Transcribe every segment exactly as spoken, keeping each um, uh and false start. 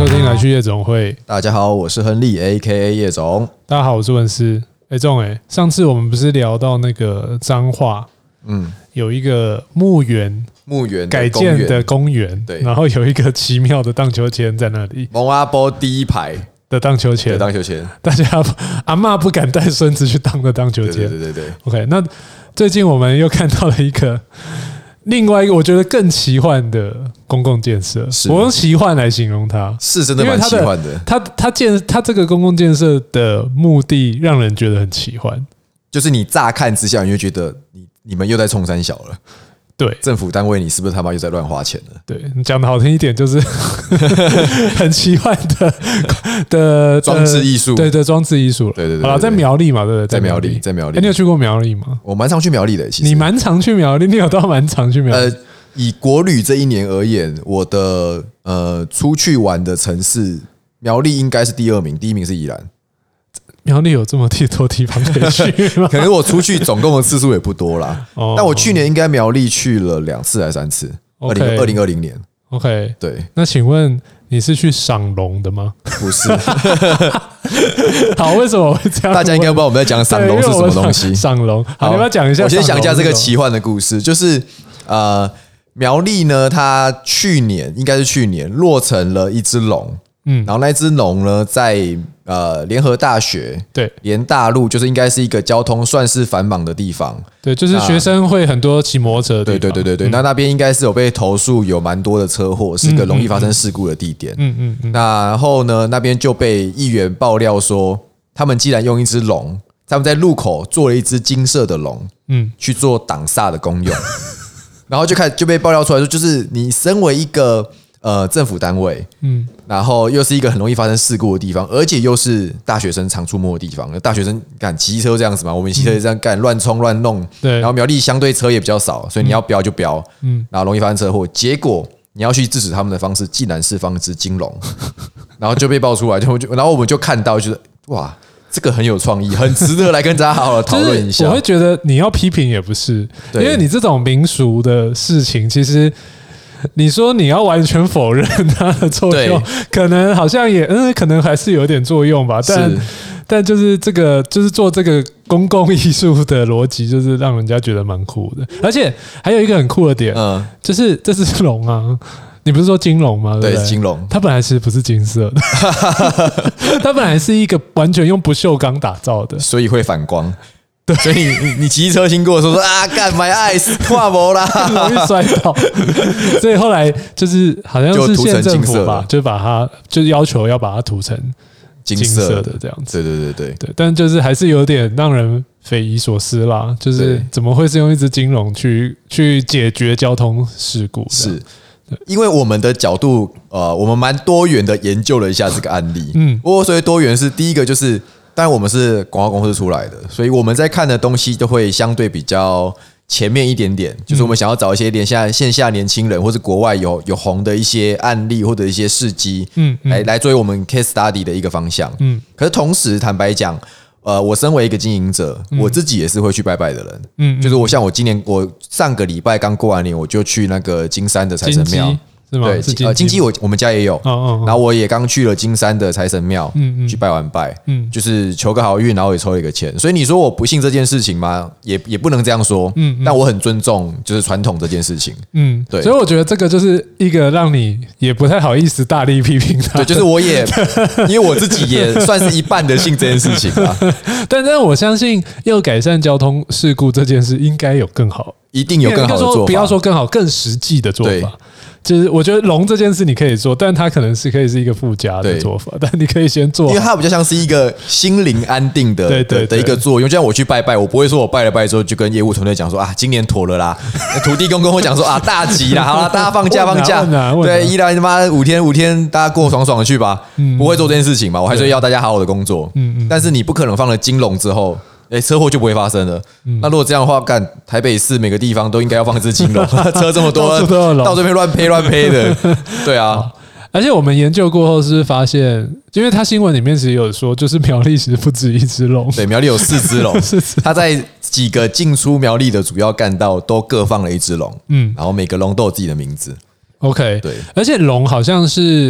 收听来去夜总会。 大家好，我是亨利 A K A 叶总。 大家好，我是文思。哎、欸，仲哎，上次我们不是聊到那个彰化，嗯，有一个墓园， 墓园改建的公园，对，然后有一个奇妙的荡秋千在那里。 蒙阿波第一排的荡秋千， 荡秋千， 大家阿嬷不敢带孙子去荡的荡秋千。 对对对对。 OK， 那最近我们又看到了一个。另外一个我觉得更奇幻的公共建设，我用奇幻来形容它， 是真的蛮奇幻的。 它它建它这个公共建设的目的让人觉得很奇幻， 就是你乍看之下，你会觉得你你们又在冲三小了。对，政府单位你是不是他妈又在乱花钱了？ 对，你讲的好听一点就是很奇幻的的装置艺术， 对对，装置艺术了。 对对对， 好了，在苗栗嘛，对不对？ 在苗栗，在苗栗。 你有去过苗栗吗？ 我蛮常去苗栗的，其实你蛮常去苗栗，你有到蛮常去苗栗。呃， 以国旅这一年而言，我的呃出去玩的城市，苗栗应该是第二名，第一名是宜兰。 苗栗有这么多地方可以去吗？ 可能我出去总共的次数也不多啦。哦、但我去年应该苗栗去了两次还是三次？二零二零二零年。 OK， 对。 那请问你是去赏龙的吗？ 不是。 好，为什么我会这样？ 大家应该不知道我们在讲赏龙是什么东西。 赏龙，好，你要不要讲一下？ 我先讲一下这个奇幻的故事，就是呃，苗栗呢，它去年应该是去年落成了一只龙。嗯，然后那只龙呢，在呃联合大学，对，联大路就是应该是一个交通算是繁忙的地方， 对，就是学生会很多骑摩托车的地方， 对对对对对。嗯、那那边应该是有被投诉有蛮多的车祸，是个容易发生事故的地点。嗯嗯嗯。那然后呢，那边就被议员爆料说，他们既然用一只龙，他们在路口做了一只金色的龙，嗯，去做挡煞的功用，然后就开始就被爆料出来说，就是你身为一个。呃，政府单位，嗯，然后又是一个很容易发生事故的地方，而且又是大学生常出没的地方。大学生敢骑车这样子嘛？我们骑车这样干乱冲乱弄，对。然后苗栗相对车也比较少，所以你要飙就飙，嗯，然后容易发生车祸。结果你要去制止他们的方式，竟然是放一只金龙，然后就被爆出来，就然后我们就看到，就是哇，这个很有创意，很值得来跟大家好好的讨论一下。 我会觉得你要批评也不是，因为你这种民俗的事情，其实。你说你要完全否认它的作用，可能好像也嗯，可能还是有点作用吧。但但就是这个，就是做这个公共艺术的逻辑，就是让人家觉得蛮酷的。而且还有一个很酷的点，嗯，就是这只龙啊，你不是说金龙吗？对不对， 金龙， 它本来其实不是金色的，它本来是一个完全用不锈钢打造的， 所以会反光。对，所以你你骑车经过的时候说啊，干 my eyes 跨模啦， 容易摔倒。所以后来就是好像是县政府吧，就把它就要求要把它涂成金色的这样子。 对对对对对，但就是还是有点让人匪夷所思啦，就是怎么会是用一只金龙去去解决交通事故？ 是。因为我们的角度，呃，我们蛮多元的研究了一下这个案例。嗯，不过所谓多元是第一个就是。当然，我们是广告公司出来的，所以我们在看的东西都会相对比较前面一点点。就是我们想要找一些连下线下年轻人，或是国外有有红的一些案例或者一些事迹，嗯，来来作为我们 case study 的一个方向。嗯，可是同时坦白讲，呃，我身为一个经营者，我自己也是会去拜拜的人。嗯，就是我像我今年我上个礼拜刚过完年，我就去那个金山的财神庙。对，呃，金鸡我我们家也有，然后我也刚去了金山的财神庙，去拜完拜，就是求个好运，然后也抽了一个签。所以你说我不信这件事情吗？也也不能这样说，但我很尊重就是传统这件事情，嗯，对。 所以我觉得这个就是一个让你也不太好意思大力批评他， 对，就是我也因为我自己也算是一半的信这件事情啊， 但但我相信要改善交通事故这件事，应该有更好， 一定有更好的做法， 不要说更好，更实际的做法。就是我觉得龙这件事你可以做，但它可能是可以是一个附加的做法，但你可以先做， 因为它比较像是一个心灵安定的对对的一个作用。就像我去拜拜，我不会说我拜了拜之后就跟业务团队讲说啊，今年妥了啦。土地公公会讲说啊，大吉啦，好啦，大家放假放假，对，依然他妈五天五天，大家过爽爽的去吧。不会做这件事情嘛，我还是要大家好好的工作。嗯嗯，但是你不可能放了金龙之后。哎，车祸就不会发生了。嗯、那如果这样的话，干台北市每个地方都应该要放一只金龙，车这么多，到这边乱呸乱呸的，对啊。 而且我们研究过后是发现，因为他新闻里面其实有说，就是苗栗其实不止一只龙， 对，苗栗有四只龙，他在几个进出苗栗的主要干道都各放了一只龙，嗯，然后每个龙都有自己的名字。 OK， 对，而且龙好像是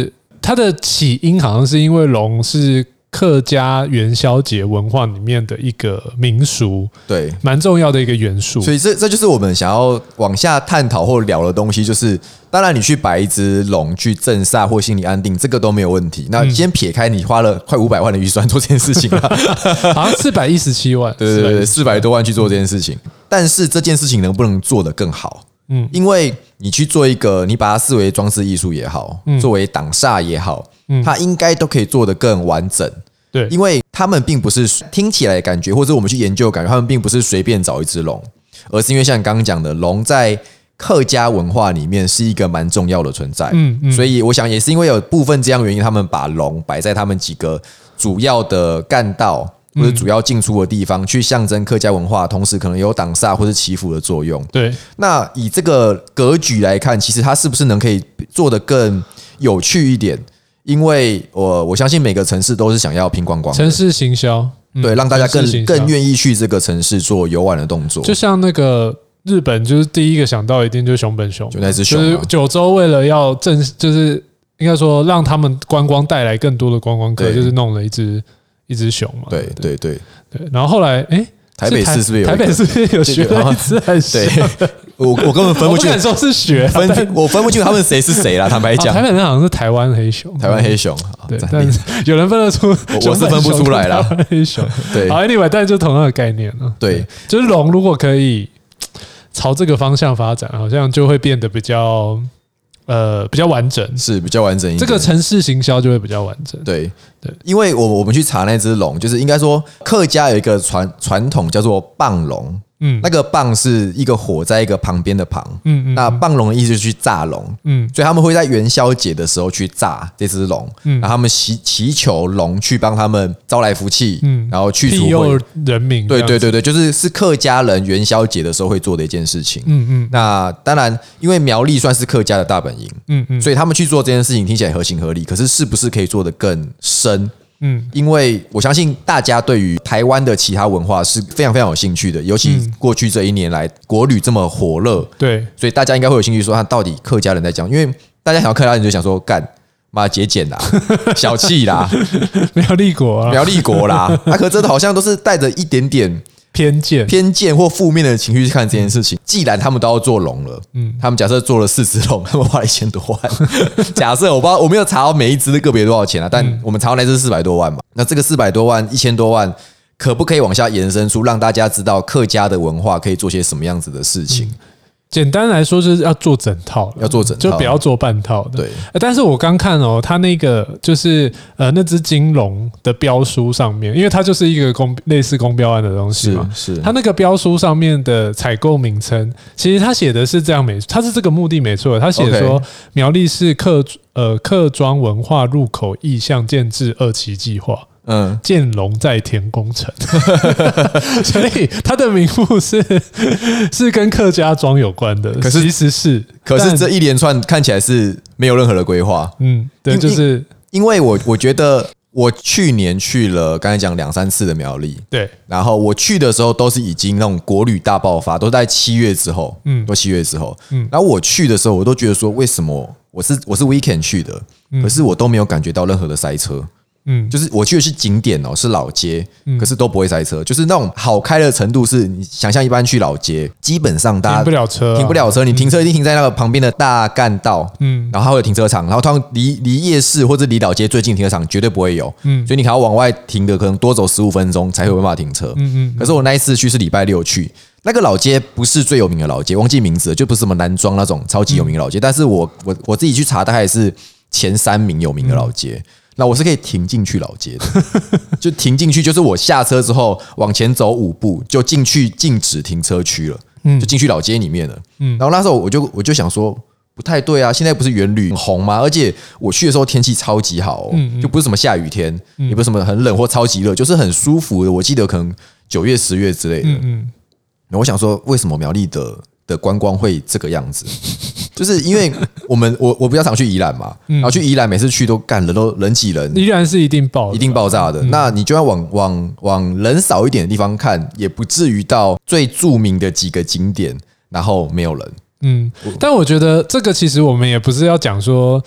它的起因好像是因为龙是客家元宵节文化里面的一个民俗， 对， 蛮重要的一个元素。 所以这这就是我们想要往下探讨或聊的东西，就是当然你去摆一只龙去镇煞或心理安定，这个都没有问题。那先撇开你花了快五百万的预算做这件事情了， 好像四百一十七万， 对对对，四百多万去做这件事情。但是这件事情能不能做得更好？嗯，因为你去做一个，你把它视为装饰艺术也好，作为挡煞也好，它应该都可以做得更完整。 对， 因为他们并不是听起来的感觉，或者我们去研究感觉，他们并不是随便找一只龙，而是因为像你刚刚讲的，龙在客家文化里面是一个蛮重要的存在。嗯嗯，所以我想也是因为有部分这样原因，他们把龙摆在他们几个主要的干道或者主要进出的地方，去象征客家文化，同时可能有挡煞或是祈福的作用。 对， 那以这个格局来看，其实它是不是能可以做得更有趣一点？因为我我相信每个城市都是想要拼光光的， 城市行销， 嗯、对，让大家更更愿意去这个城市做游玩的动作。 就像那个日本，就是第一个想到一定就是熊本熊， 就那只熊、啊， 就是九州为了要正，就是应该说让他们观光带来更多的观光客，就是弄了一只一只熊嘛。 对对对对, 对，然后后来哎。欸台北市是不是有？ 台北是不是有学了一只很像？ 对，我我根本分不清， 我不敢说是学， 分我分不清他们谁是谁啦。坦白讲， 台北人好像是台湾黑熊， 台湾黑熊， 对，但是有人分得出， 我是分不出来啦。 黑熊， 对， 好 ，anyway， 但就同样的概念了。 对， 就是龙如果可以朝这个方向发展，好像就会变得比较。呃，比较完整， 是比较完整一点。 这个城市行销就会比较完整。 对对，因为我我们去查那只龙，就是应该说客家有一个传传统叫做棒龙。嗯，那个棒是一个火在一个旁边的旁，嗯嗯，那棒龙的意思就是去炸龙，嗯，所以他们会在元宵节的时候去炸这只龙，嗯，然后他们祈祈求龙去帮他们招来福气，嗯，然后去除庇人民， 对对对对，就是是客家人元宵节的时候会做的一件事情，嗯嗯，那当然，因为苗栗算是客家的大本营，嗯嗯，所以他们去做这件事情听起来合情合理，可是是不是可以做得更深？嗯，因为我相信大家对于台湾的其他文化是非常非常有兴趣的，尤其过去这一年来国旅这么火热， 对， 所以大家应该会有兴趣说，他到底客家人在讲，因为大家想要客家人就想说干妈节俭啦、小气啦、 苗栗国啊、 苗栗国啦，啊，可真的好像都是带着一点点。 偏见、 偏见或负面的情绪去看这件事情。既然他们都要做龙了，嗯，他们假设做了四只龙，他们花了一千多万。假设我不知道，我没有查到每一只的个别多少钱啊，但我们查到那只四百多万嘛。那这个四百多万、一千多万，可不可以往下延伸出，让大家知道客家的文化可以做些什么样子的事情？嗯， 简单来说就是要做整套， 要做整套， 就不要做半套的。 对， 但是我刚看哦，它那个就是呃那只金龙的标书上面，因为它就是一个公类似公标案的东西嘛， 是是它那个标书上面的采购名称，其实它写的是这样没，它是这个目的没错，它写说苗栗市客呃客庄文化入口意向建制二期计划。嗯，建龙在田工程，所以它的名目是是跟客家庄有关的。可是其实是， 可是这一连串看起来是没有任何的规划。 嗯，对，就是因为我我觉得我去年去了，刚才讲两三次的苗栗， 对， 然后我去的时候都是已经那种国旅大爆发，都在七月之后，嗯，都七月之后，嗯，然后我去的时候，我都觉得说，为什么我是我是 weekend 去的，可是我都没有感觉到任何的塞车。嗯，就是我去的是景点哦，是老街，可是都不会塞车，就是那种好开的程度，是你想象一般去老街，基本上大家停不了车， 停不了车，你停车一定停在那个旁边的大干道，嗯，然后它会有停车场，然后它离离夜市或者离老街最近停车场绝对不会有，嗯，所以你还要往外停的，可能多走十五分钟才会有办法停车，嗯嗯。可是我那一次去是礼拜六去，那个老街不是最有名的老街，忘记名字了，就不是什么南庄那种超级有名的老街，但是我我我自己去查，大概是前三名有名的老街。那我是可以停进去老街的，就停进去，就是我下车之后往前走五步就进去禁止停车区了，就进去老街里面了。然后那时候我就我就想说，不太对啊，现在不是元旅很红吗？而且我去的时候天气超级好哦，就不是什么下雨天，也不是什么很冷或超级热，就是很舒服的。我记得可能九月、十月之类的。然后我想说，为什么苗栗的的观光会这个样子？就是因为我们我我比较常去宜兰嘛，然后去宜兰每次去都干人都人挤人， 宜兰是一定爆一定爆炸的。嗯、那你就要往往往人少一点的地方看，也不至于到最著名的几个景点，然后没有人。 嗯，但我觉得这个其实我们也不是要讲说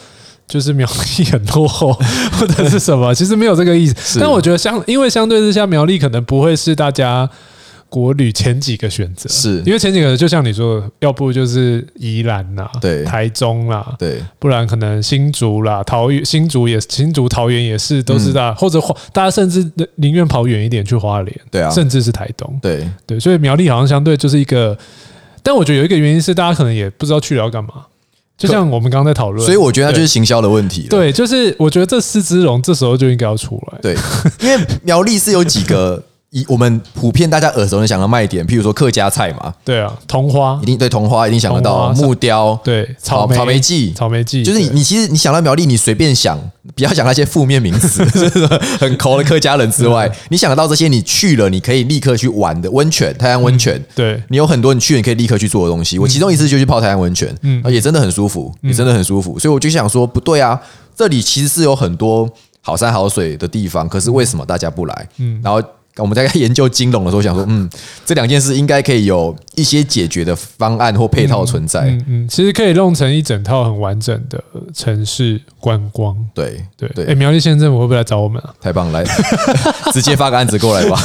就是苗栗很落后或者是什么，其实没有这个意思。但我觉得相因为相对之下，苗栗可能不会是大家国旅前几个选择， 是因为前几个就像你说的，要不就是宜兰啦， 对， 台中啦， 对， 不然可能新竹啦、桃园、新竹也新竹、桃园也是都是大，嗯、或者大家甚至宁愿跑远一点去花莲， 对啊， 甚至是台东， 对对，所以苗栗好像相对就是一个，但我觉得有一个原因是大家可能也不知道去了要干嘛。就像我们刚刚在讨论， 所以我觉得它就是行销的问题了。 对，就是我觉得这四只龙这时候就应该要出来。 对，因为苗栗是有几个以我们普遍大家耳熟能详的卖点，譬如说客家菜嘛， 对啊，桐花一定对桐花一定想得到，木雕对， 草莓草莓季草莓季， 就是你你其实你想到苗栗，你随便想，不要讲那些负面名词，很抠的客家人之外，你想得到这些，你去了你可以立刻去玩的温泉，太阳温泉， 嗯、对你有很多你去了你可以立刻去做的东西。我其中一次就去泡太阳温泉，嗯，也真的很舒服，也真的很舒服，所以我就想说，不对啊，这里其实是有很多好山好水的地方，可是为什么大家不来？嗯，然后。我们在研究金融的时候，想说，嗯，这两件事应该可以有一些解决的方案或配套存在。 嗯 嗯, 嗯，其实可以弄成一整套很完整的城市观光。 对对对，哎、欸，苗栗县政府会不会来找我们啊？ 太棒了，来直接发个案子过来吧。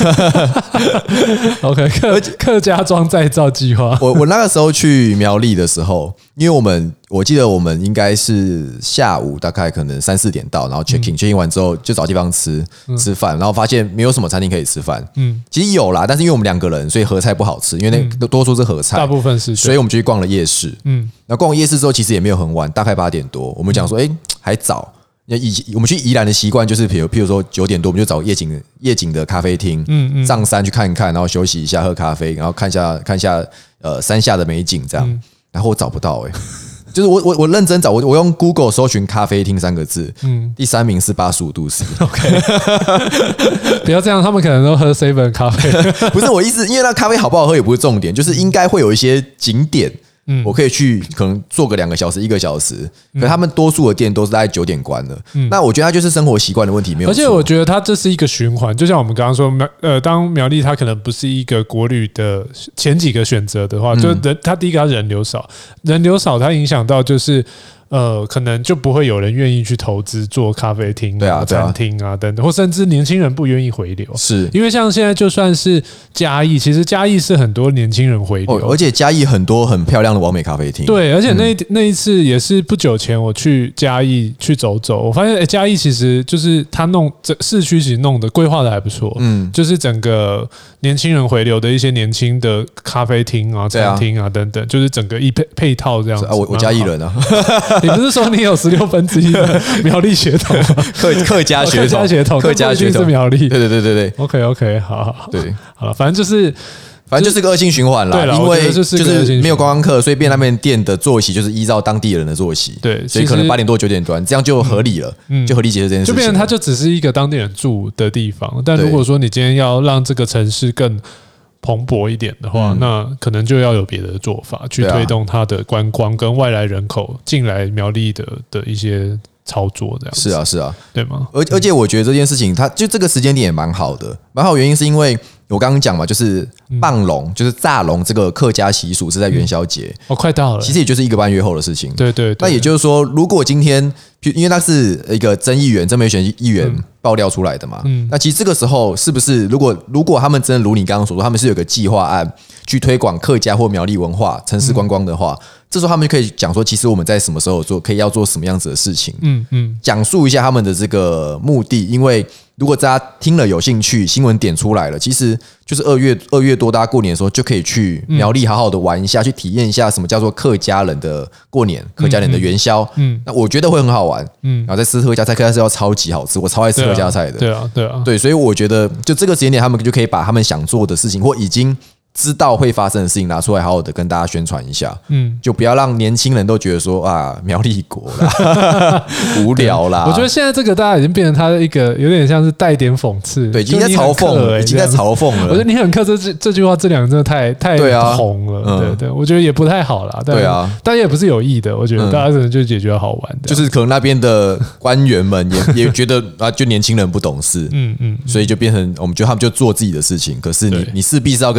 OK， 客客家庄再造计划。 我我那个时候去苗栗的时候，因为我们我记得我们应该是下午大概可能三四点到，然后 check in、嗯、check in 完之后就找地方吃吃饭，然后发现没有什么餐厅可以吃饭。嗯，其实有啦，但是因为我们两个人，所以合菜不好吃，因为那多数是合菜， 大部分是， 所以我们就去逛了夜市。嗯，那逛完夜市之后，其实也没有很晚，大概八点多，我们讲说，哎、欸，还早。以我们去宜兰的习惯就是，比如譬如说九点多，我们就找夜景夜景的咖啡厅，嗯嗯，上山去看一看，然后休息一下，喝咖啡，然后看一下看一下呃山下的美景这样。嗯、然后我找不到哎、欸，就是我我我认真找，我我用 Google 搜寻咖啡厅三个字，嗯，第三名是八十五度 C。 OK， 不要这样，他们可能都喝 seven 咖啡。 不是我意思，因为那咖啡好不好喝也不是重点，就是应该会有一些景点。嗯，我可以去，可能坐个两个小时、一个小时。可他们多数的店都是大概九点关的。嗯，那我觉得它就是生活习惯的问题，没有错。 而且我觉得它这是一个循环，就像我们刚刚说，苗呃，当苗栗它可能不是一个国旅的前几个选择的话，就人它第一个它人流少，人流少它影响到就是。呃，可能就不会有人愿意去投资做咖啡厅、 对啊、 餐厅啊等等，或甚至年轻人不愿意回流， 是因为像现在就算是嘉义，其实嘉义是很多年轻人回流， 哦、而且嘉义很多很漂亮的网美咖啡厅。 对，而且那、嗯、那一次也是不久前我去嘉义去走走，我发现哎，嘉义其实就是他弄这市区其实弄的规划的还不错，嗯，就是整个年轻人回流的一些年轻的咖啡厅啊、餐厅啊等等，就是整个一配配套这样子。 啊，我我嘉义人啊。 你不是说你有十六分之一的苗栗血统吗？ 客客家血统，客家血统， 客家血统是苗栗。 对对对对对。 OK OK， 好好好， 对， 好了，反正就是， 反正就是个恶性循环啦。因为就是没有观光客，所以变那边店的作息就是依照当地人的作息。对，所以可能八点多九点多，这样就合理了，嗯，就合理解释这件事情。 就变成它就只是一个当地人住的地方，但如果说你今天要让这个城市更蓬勃一点的话，嗯、那可能就要有别的做法去推动它的观光跟外来人口进来苗栗的的一些操作，这样是啊是啊， 对吗？ 而而且我觉得这件事情，它就这个时间点也蛮好的，蛮好的原因是因为我刚刚讲嘛，就是棒龙，嗯、就是炸龙这个客家习俗是在元宵节， 哦，快到了， 其实也就是一个半月后的事情。 对对对， 那也就是说，如果今天因为那是一个争议员、真没选议员爆料出来的嘛，嗯、那其实这个时候是不是如果如果他们真的如你刚刚所说，他们是有个计划案去推广客家或苗栗文化、城市观光的话，嗯、这时候他们就可以讲说，其实我们在什么时候做，可以要做什么样子的事情，嗯嗯，讲述一下他们的这个目的，因为。如果大家听了有兴趣，新闻点出来了，其实就是二月二月多，大家过年的时候就可以去苗栗好好的玩一下，嗯、去体验一下什么叫做客家人的过年，客家人的元宵。嗯，那我觉得会很好玩。嗯，然后再吃客家菜，客家菜要超级好吃，我超爱吃客家菜的。 对啊，对啊， 对，所以我觉得就这个时间点，他们就可以把他们想做的事情或已经知道会发生的事情拿出来，好好的跟大家宣传一下。嗯，就不要让年轻人都觉得说啊，苗栗国啦，无聊啦。 我觉得现在这个大家已经变成他的一个有点像是带点讽刺， 对，已经在嘲讽了，已经在嘲讽了。 我觉得你很克这这这句话这两个真的太太红了，对、啊嗯、对，我觉得也不太好啦。 对啊， 但也不是有意的，我觉得大家可能就解决好玩的， 就是可能那边的官员们也也觉得啊，就年轻人不懂事，嗯嗯，所以就变成我们觉得他们就做自己的事情，可是你你势必是要跟其他城市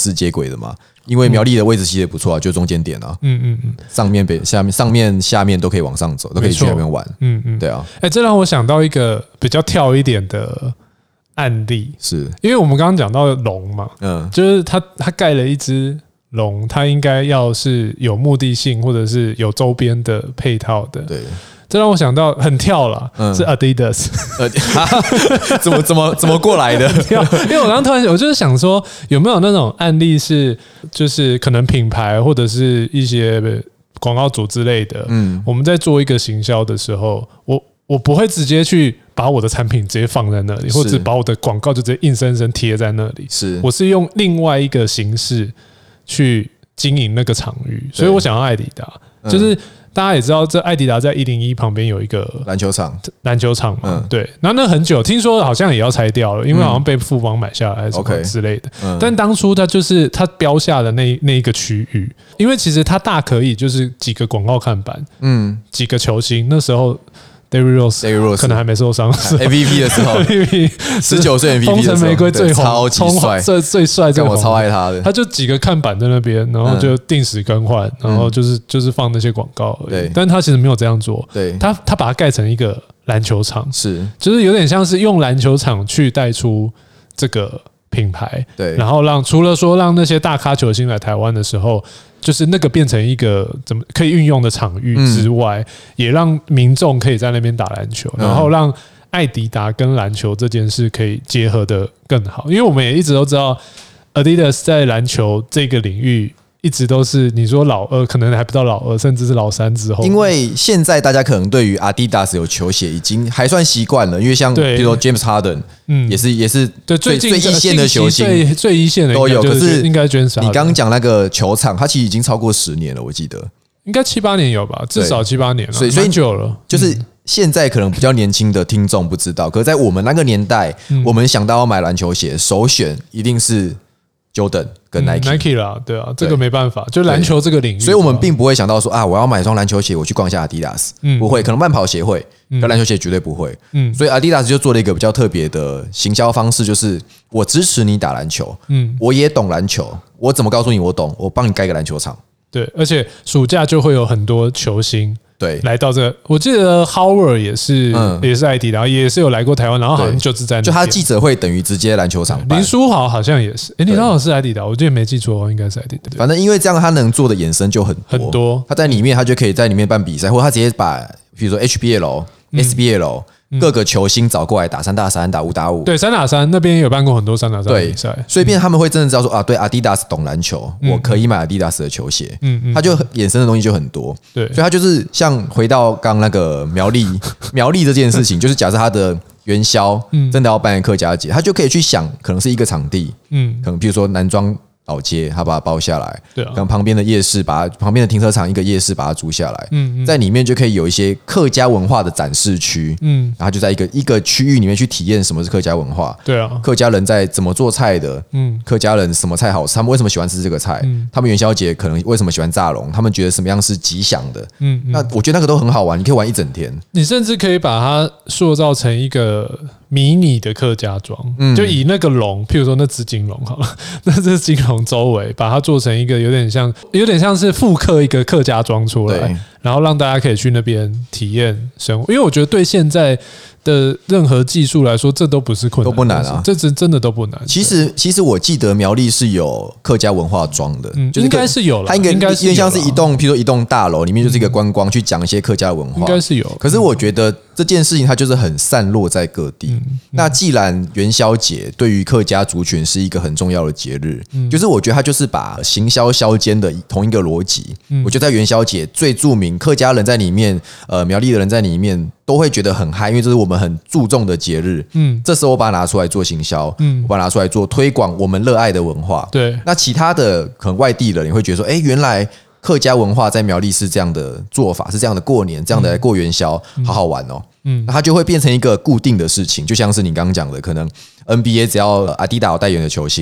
市接轨的嘛。因为苗栗的位置其实也不错啊，就中间点啊，嗯嗯嗯，上面北下面上面下面都可以往上走，都可以去那边玩，嗯嗯，对啊。 哎、欸，这让我想到一个比较跳一点的案例， 是因为我们刚刚讲到龙嘛，嗯，就是他他盖了一只龙，他应该要是有目的性或者是有周边的配套的， 对。 这让我想到很跳啦，嗯、是 Adidas， 怎么怎么怎么过来的？ 因为我刚刚突然我就是想说，有没有那种案例是，就是可能品牌或者是一些广告主之类的，嗯，我们在做一个行销的时候，我我不会直接去把我的产品直接放在那里，或者把我的广告就直接硬生生贴在那里， 是， 我是用另外一个形式去经营那个场域，所以我想要艾迪达，就是。大家也知道，这艾迪达在一零一旁边有一个篮球场， 篮球场嘛，嗯、对。然后那很久，听说好像也要拆掉了，因为好像被富邦买下来还是什么之类的。嗯、但当初他就是他标下的那那一个区域，因为其实他大可以就是几个广告看板，嗯，几个球星，那时候。Derrick Rose 可能还没受伤 ，M V P 的时候 ，M V P 十九岁 M V P 的时候， 风尘玫瑰最红， 超级帅， 最最帅，最我超爱他的。 他就几个看板在那边，然后就定时更换，然后就是就是放那些广告而已。但他其实没有这样做， 对， 他他把它盖成一个篮球场， 是， 就是有点像是用篮球场去带出这个品牌， 对， 然后让除了说让那些大咖球星来台湾的时候。就是那个变成一个怎么可以运用的场域之外，嗯、也让民众可以在那边打篮球，然后让艾迪达跟篮球这件事可以结合得更好。因为我们也一直都知道 ，Adidas 在篮球这个领域一直都是你说老二，可能还不到老二，甚至是老三之后。 因为现在大家可能对于 Adidas 有球鞋已经还算习惯了，因为像比如说 James Harden， 嗯，也是也是对最最一线的球星， 最最一线的都有。可是应该 James Harden， 你刚刚讲那个球场，它其实已经超过十年了，我记得应该七八年有吧，至少七八年了， 所以蛮久了。 就是现在可能比较年轻的听众不知道，可是在我们那个年代，嗯、我们想到要买篮球鞋，首选一定是。Jordan 跟 Nike， 嗯、Nike 啦，对啊，这个没办法，就篮球这个领域， 所以我们并不会想到说啊，我要买一双篮球鞋，我去逛一下 Adidas，嗯、不会，可能慢跑协会，但篮球鞋绝对不会，嗯、所以 Adidas 就做了一个比较特别的行销方式，就是我支持你打篮球，嗯，我也懂篮球，我怎么告诉你我懂？我帮你盖个篮球场， 对，而且暑假就会有很多球星。 对， 来到这个，我记得 Howard 也是，嗯、也是艾迪达，也是有来过台湾，然后好像就是在那就他记者会等于直接篮球场办。 林书豪好像也是，哎、欸，林书豪是艾迪达，我记得没记错，应该是艾迪达。 反正因为这样，他能做的衍生就很多很多。 他在里面，他就可以在里面办比赛，或者他直接把，比如说 H B L、S B L。各个球星找过来打三打三、打五打五， 对，三打三那边也有办过很多三打三比赛， 所以变他们会真的知道说啊，对 ，Adidas 懂篮球，我可以买 Adidas 的球鞋，嗯嗯，他就衍生的东西就很多， 对， 所以他就是像回到刚那个苗栗苗栗这件事情，就是假设他的元宵真的要办客家节，他就可以去想，可能是一个场地，嗯，可能比如说南庄。老街，他把它包下来， 对啊， 跟旁边的夜市，把它旁边的停车场一个夜市把它租下来，嗯，在里面就可以有一些客家文化的展示区，嗯，然后就在一个一个区域里面去体验什么是客家文化， 对啊， 客家人在怎么做菜的，嗯，客家人什么菜好吃，他们为什么喜欢吃这个菜，嗯，他们元宵节可能为什么喜欢炸龙，他们觉得什么样是吉祥的，嗯，那我觉得那个都很好玩，你可以玩一整天， 你甚至可以把它塑造成一个。迷你的客家庄，嗯、就以那个龙，譬如说那只金龙好了，那只金龙周围把它做成一个有点像，有点像是复刻一个客家庄出来，然后让大家可以去那边体验生活。因为我觉得对现在的任何技术来说，这都不是困难， 都不难啊， 这真真的都不难。 其实，其实我记得苗栗是有客家文化庄的， 嗯、就是应该是有了， 它应该应该是像是一栋，譬如说一栋大楼里面就是一个观光，嗯、去讲一些客家文化， 应该是有。 可是我觉得这件事情它就是很散落在各地。嗯嗯、那既然元宵节对于客家族群是一个很重要的节日，嗯、就是我觉得它就是把行销销间的同一个逻辑。嗯、我觉得在元宵节最著名，客家人在里面，呃，苗栗的人在里面。都会觉得很嗨，因为这是我们很注重的节日。嗯，这时候我把它拿出来做行销，嗯，我把它拿出来做推广我们热爱的文化。 对， 那其他的可能外地人也会觉得说，哎，原来客家文化在苗栗是这样的做法，是这样的过年，这样的过元宵，嗯、好好玩哦。嗯，那它就会变成一个固定的事情，就像是你刚刚讲的，可能 N B A 只要阿迪达有代言的球星。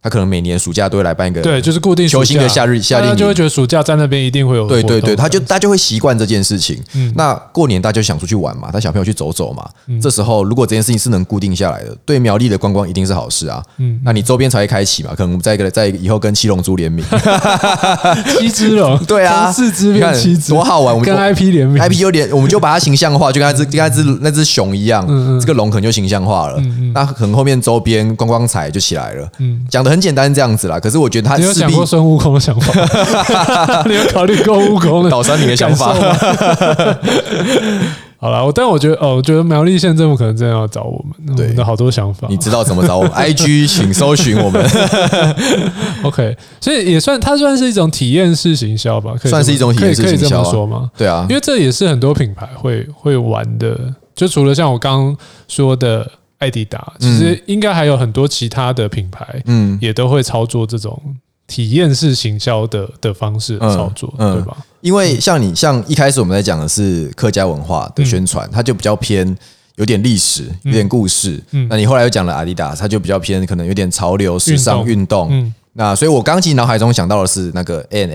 他可能每年暑假都会来办一个， 对，就是固定球星的夏日夏令营， 他就会觉得暑假在那边一定会有， 对对对，他就大家就会习惯这件事情。嗯，那过年大家就想出去玩嘛，带小朋友去走走嘛。嗯，这时候如果这件事情是能固定下来的，对苗栗的观光一定是好事啊。嗯，那你周边才会开启嘛，可能在一个在以后跟七龙珠联名， 七只龙， 对啊， 四只变七只， 多好玩！我们跟 I P 联名 ，I P 就连我们就把它形象化，就跟那只跟那只那只熊一样，嗯嗯这个龙可能就形象化了。嗯嗯那可能后面周边观光彩就起来了。嗯，讲的很简单这样子啦，可是我觉得他你有想过孙悟空的想法？你有考虑过悟空的岛山民的想法？ 好啦，我但我觉得哦，我觉得苗栗县政府可能真的要找我们，对，我们的好多想法。 你知道怎么找我们 ？I G 请搜寻我们。 OK， 所以也算它算是一种体验式行销吧， 算是一种体验式行销、啊， 可以这么说吗？ 对啊， 因为这也是很多品牌会会玩的，就除了像我刚刚说的艾迪达，其实应该还有很多其他的品牌，嗯，也都会操作这种体验式行销的的方式操作，嗯嗯、对吧？ 因为像你像一开始我们在讲的是客家文化的宣传，嗯、它就比较偏有点历史、有点故事。嗯、那你后来又讲了阿迪达，它就比较偏可能有点潮流、时尚、运动。嗯、那所以我刚其实脑海中想到的是那个 A and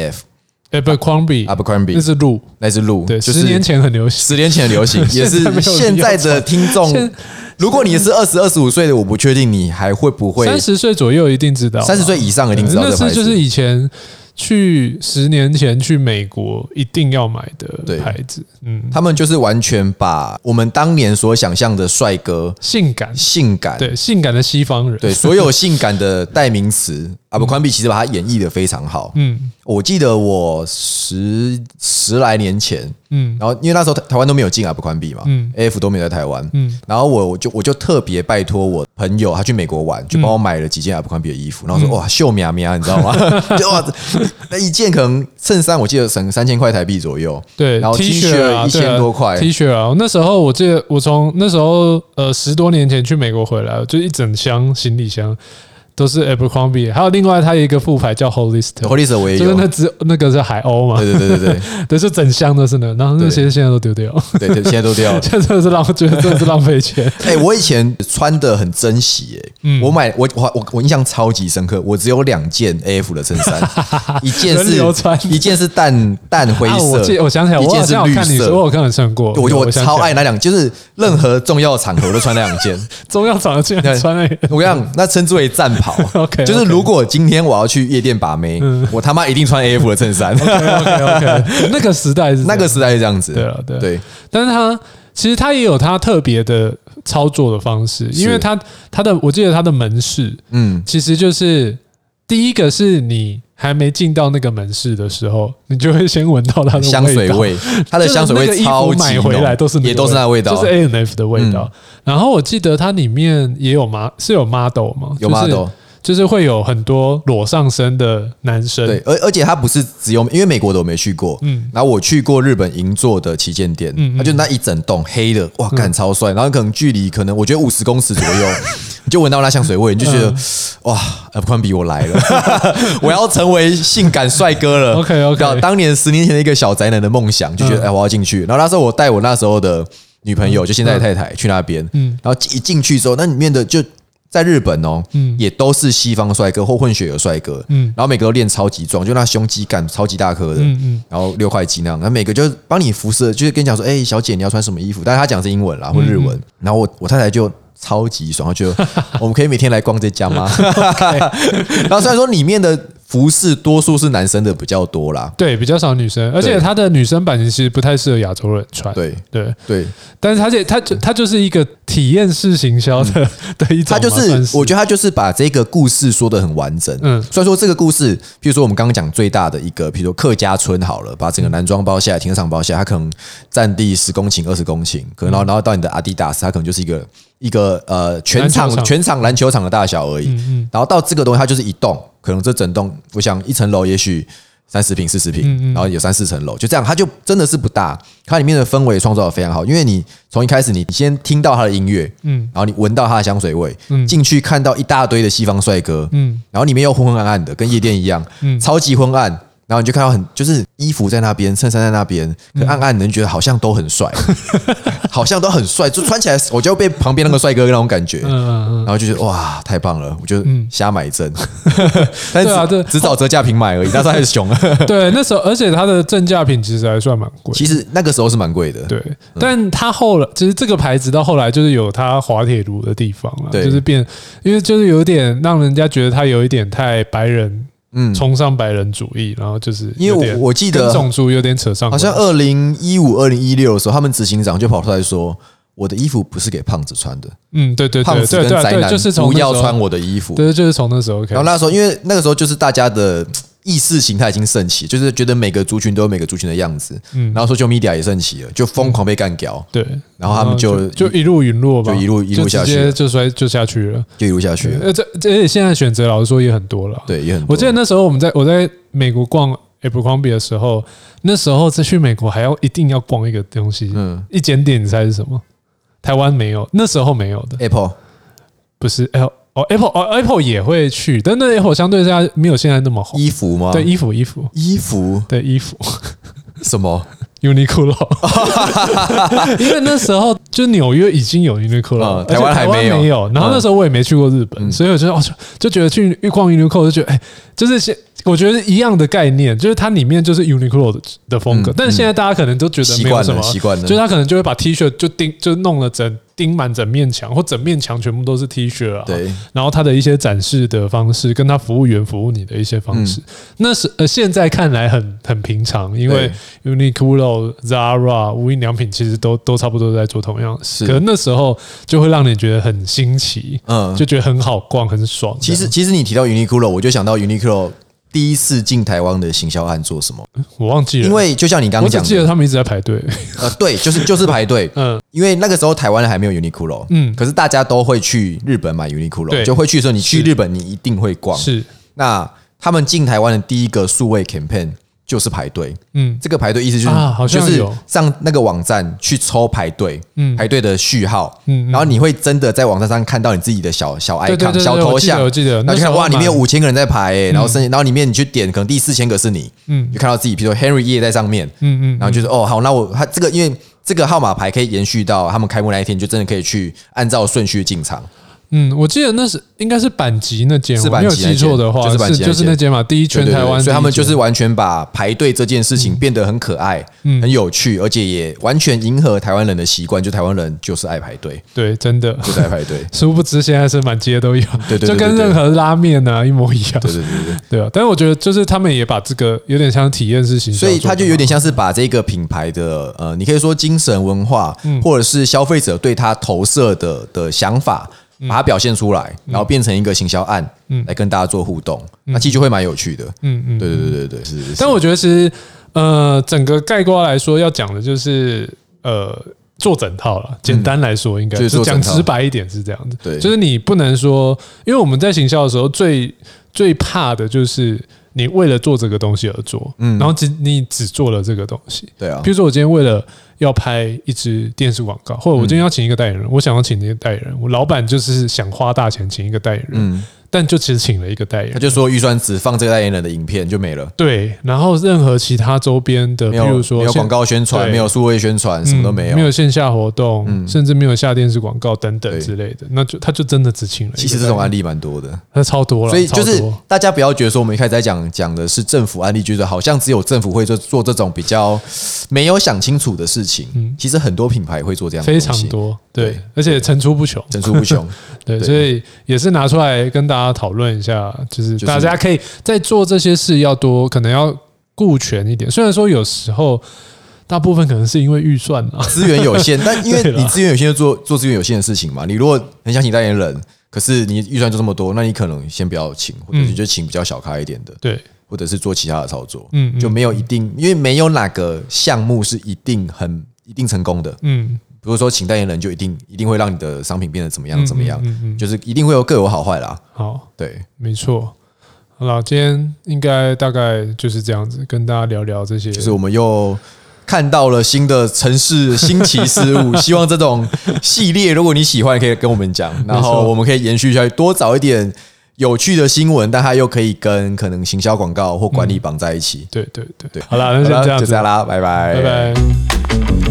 F。Abercrombie，Abercrombie， 那是鹿， 那是鹿， 对，十年前很流行， 十年前很流行，也是现在的听众。如果你是二十二十五岁的，我不确定你还会不会三十岁左右一定知道， 三十岁以上一定知道这牌子。 那是就是以前去十年前去美国一定要买的牌子，嗯， 他们就是完全把我们当年所想象的帅哥、 性感、 性感， 对，性感的西方人， 对，所有性感的代名词。Abercrombie 其实把它演绎的非常好。嗯，我记得我十十来年前，嗯，然后因为那时候台湾都没有进 Abercrombie 嘛，嗯 ，A F 都没有在台湾，嗯，然后我我就我就特别拜托我朋友，他去美国玩，就帮我买了几件 Abercrombie 的衣服，然后说哇秀苗苗，你知道吗？就哇，那一件可能衬衫我记得省三千块台币左右， 对， 然后 T 恤一千多块 ，T 恤啊，那时候我记得我从那时候呃十多年前去美国回来，就一整箱行李箱。都是 Abercrombie， 还有另外它有一个副牌叫 Hollister，Hollister 我也有， 就是那只那个是海鸥嘛， 对对对对对， 对，是整箱都是那，然后那些现在都丢掉， 对对，现在都掉了， 现在真的是浪，觉得真的是浪费钱。 哎，我以前穿的很珍惜，哎，嗯，我买我我我印象超级深刻，我只有两件 A F 的衬衫，一件是一件是淡淡灰色， 我想起来， 一件是绿色， 我有看你穿过， 我我超爱那两，就是任何重要场合都穿那两件， 重要场合竟然穿那个， 我跟你讲，那称之为战袍 ，OK， 就是。如果今天我要去夜店把妹，嗯、我他妈一定穿 A F 的衬衫。 OK OK OK， 那个时代是那个时代是这样子， 对了对对。 但是他其实他也有他特别的操作的方式，因为他他的我记得他的门市，嗯，其实就是第一个是你还没进到那个门市的时候，你就会先闻到它的香水味，它的香水味超级买回来都是也都是那味道， 就是 A and F 的味道。嗯、然后我记得它里面也有嘛，是有 model 吗？ 有 model。 就是会有很多裸上身的男生， 对，而而且他不是只有，因为美国的我没去过，嗯，然后我去过日本银座的旗舰店，嗯，他就那一整栋黑的，哇，干超帅，然后可能距离可能我觉得五十公尺左右，你就闻到那香水味，你就觉得、嗯、哇 ，Abercrombie 我来了，我要成为性感帅哥了 ，OK OK， 当年十年前的一个小宅男的梦想，就觉得哎、嗯欸，我要进去，然后那时候我带我那时候的女朋友，就现在的太太、嗯、去那边，嗯，然后一进去之后，那里面的就。在日本哦，嗯，也都是西方帅哥或混血儿帅哥，嗯，然后每个都练超级壮，就那胸肌感超级大颗的，嗯嗯，然后六块肌那样，然后每个就帮你服侍，就是跟你讲说，哎、欸，小姐你要穿什么衣服，但是他讲是英文啦或日文，嗯、然后我我太太就超级爽，就我们可以每天来逛这家吗？然后虽然说里面的服饰多数是男生的比较多啦， 对，比较少女生，而且它的女生版其实不太适合亚洲人穿， 对对对， 但是它这它它就是一个体验式行销的、嗯、的一种， 它就是我觉得它就是把这个故事说得很完整，嗯，虽然说这个故事，比如说我们刚刚讲最大的一个，比如说客家村好了，把整个男装包下来，停车场包下来，它可能占地十公顷、二十公顷，可能然后然后到你的阿迪达斯，它可能就是一个一个呃全场全场篮球场的大小而已，嗯嗯，然后到这个东西它就是一栋。可能这整栋，我想一层楼也许三十平、四十平，然后有三四层楼，就这样，它就真的是不大。它里面的氛围创造的非常好，因为你从一开始你先听到它的音乐，嗯，然后你闻到它的香水味，嗯，进去看到一大堆的西方帅哥，嗯，然后里面又昏昏暗暗的，跟夜店一样，嗯，超级昏暗。 然后你就看到很就是衣服在那边，衬衫在那边，可暗暗能觉得好像都很帅，好像都很帅，就穿起来我就被旁边那个帅哥那种感觉，然后就觉得哇太棒了，我就瞎买一阵，但是只只找折价品买而已，那时候还是穷。 对，那时候而且它的正价品其实还算蛮贵， 其实那个时候是蛮贵的， 对，但它后来其实这个牌子到后来就是有它滑铁卢的地方了，就是变，因为就是有点让人家觉得它有一点太白人。嗯，崇尚白人主义，然后就是因为我记得跟种族有点扯上， 好像二零一五、二零一六的时候，他们执行长就跑出来说：“我的衣服不是给胖子穿的。” 嗯，对对对， 胖子跟宅男不要穿我的衣服。 对，就是从那时候开始。 然后那时候，因为那个时候就是大家的意识形态已经盛起，就是觉得每个族群都有每个族群的样子。嗯，然后social media也盛起了，就疯狂被干掉。 对， 然后他们就就一路陨落吧， 就一路一路下去， 直接就摔就下去了， 就一路下去了。 呃，这而且现在选择老实说也很多了， 对，也很多。 我记得那时候我们在我在美国逛 Abercrombie 的时候，那时候在去美国还要一定要逛一个东西，嗯，一间店，你猜是什么？台湾没有，那时候没有的 Apple 不是 L。哦 ，Apple 哦 ，Apple 也会去，但那 Apple 相对下没有现在那么红。 衣服吗？ 对，衣服，衣服， 衣服， 对，衣服。 什么 ？Uniqlo， 因为那时候就纽约已经有 Uniqlo，、嗯、 台湾还没有。 没有。然后那时候我也没去过日本，嗯、所以我就哦就觉得去逛 Uniqlo 就觉得哎，就是现我觉得一样的概念，就是它里面就是 Uniqlo 的, 的风格，嗯、但是现在大家可能都觉得没有什么习惯了， 就是他可能就会把 T 恤就钉就弄了整。钉满整面墙，或整面墙全部都是 T 恤啊。 对。 然后它的一些展示的方式，跟他服务员服务你的一些方式，嗯、那是呃现在看来很很平常，因为 Uniqlo、Zara、无印良品其实都都差不多在做同样的事，可是那时候就会让你觉得很新奇，嗯，就觉得很好逛，很爽。 其实其实你提到 Uniqlo， 我就想到 Uniqlo。第一次进台湾的行销案做什么？ 我忘记了， 因为就像你刚刚讲的， 我只记得他们一直在排队。 呃，对，就是就是排队。嗯，因为那个时候台湾还没有 Uniqlo， 嗯，可是大家都会去日本买 Uniqlo， 就会去的时候，你去日本你一定会逛。 是， 那他们进台湾的第一个数位 campaign 就是排队。嗯，这个排队意思就是、 啊、 就是上那个网站去抽排队，嗯，排队的序号，嗯，然后你会真的在网站上看到你自己的小小 icon 小头像， 我记得， 然后就看哇，里面有五千个人在排、欸，然后剩，然后里面你去点，可能第四千个是你，嗯，就看到自己，比如说 Henry 叶在上面，嗯嗯，然后就是哦好，那我他这个因为这个号码牌可以延续到他们开幕那一天，就真的可以去按照顺序进场。 嗯，我记得那是应该是阪急那间， 是我没有记错的话， 就是阪急， 就是那间嘛，第一全台湾， 对对对，所以他们就是完全把排队这件事情变得很可爱、嗯、很有趣，而且也完全迎合台湾人的习惯，就台湾人就是爱排队， 对，真的就是爱排队。 殊不知现在是满街都有， 对对对对对， 就跟任何拉面啊一模一样， 对对对对， 对啊。但是我觉得就是他们也把这个有点像体验式行销， 所以他就有点像是把这个品牌的呃，你可以说精神文化，嗯、或者是消费者对他投射的的想法。把它表现出来，然后变成一个行销案，嗯，来跟大家做互动，嗯、那其实就会蛮有趣的，嗯嗯，对对对对对，是是是。 但我觉得其实呃，整个概括来说，要讲的就是呃，做整套了。简单来说，应该、嗯、就讲直白一点是这样子， 对， 就是你不能说，因为我们在行销的时候最最怕的就是你为了做这个东西而做，嗯，然后只你只做了这个东西， 对啊。 比如说我今天为了要拍一支电视广告，或者我今天要请一个代言人，嗯、我想要请一个代言人，我老板就是想花大钱请一个代言人，嗯、但就其实请了一个代言人， 他就说预算只放这个代言人的影片就没了， 对，然后任何其他周边的，比如说没有广告宣传，没有数位宣传，什么都没有， 嗯、没有线下活动，嗯、甚至没有下电视广告等等之类的，那就他就真的只请了一个代言人。 其实这种案例蛮多的， 那超多了， 所以就是大家不要觉得说我们一开始在讲讲的是政府案例，觉得好像只有政府会做做这种比较没有想清楚的事情，嗯、其实很多品牌会做这样的东西， 非常多，对，对而且层出不穷， 层出不穷， 对，所以也是拿出来跟大家讨论一下，就是大家可以在做这些事要多，可能要顾全一点。虽然说有时候大部分可能是因为预算啊， 资源有限，但因为你资源有限就做做资源有限的事情嘛。你如果很想请代言人，可是你预算就这么多，那你可能先不要请，或者你就请比较小咖一点的，对。或者是做其他的操作，嗯，就没有一定，因为没有哪个项目是一定很一定成功的，嗯，比如说请代言人就一定一定会让你的商品变得怎么样怎么样，嗯嗯嗯、就是一定会有各有好坏啦。 好， 对， 没错。好了，今天应该大概就是这样子，跟大家聊聊这些， 就是我们又看到了新的城市新奇事物，希望这种系列如果你喜欢，可以跟我们讲，然后我们可以延续下去，多找一点。 有趣的新闻，但它又可以跟可能行销广告或管理绑在一起。 嗯、对对对对，好啦，那就这样子， 就这样啦，拜拜， 拜拜。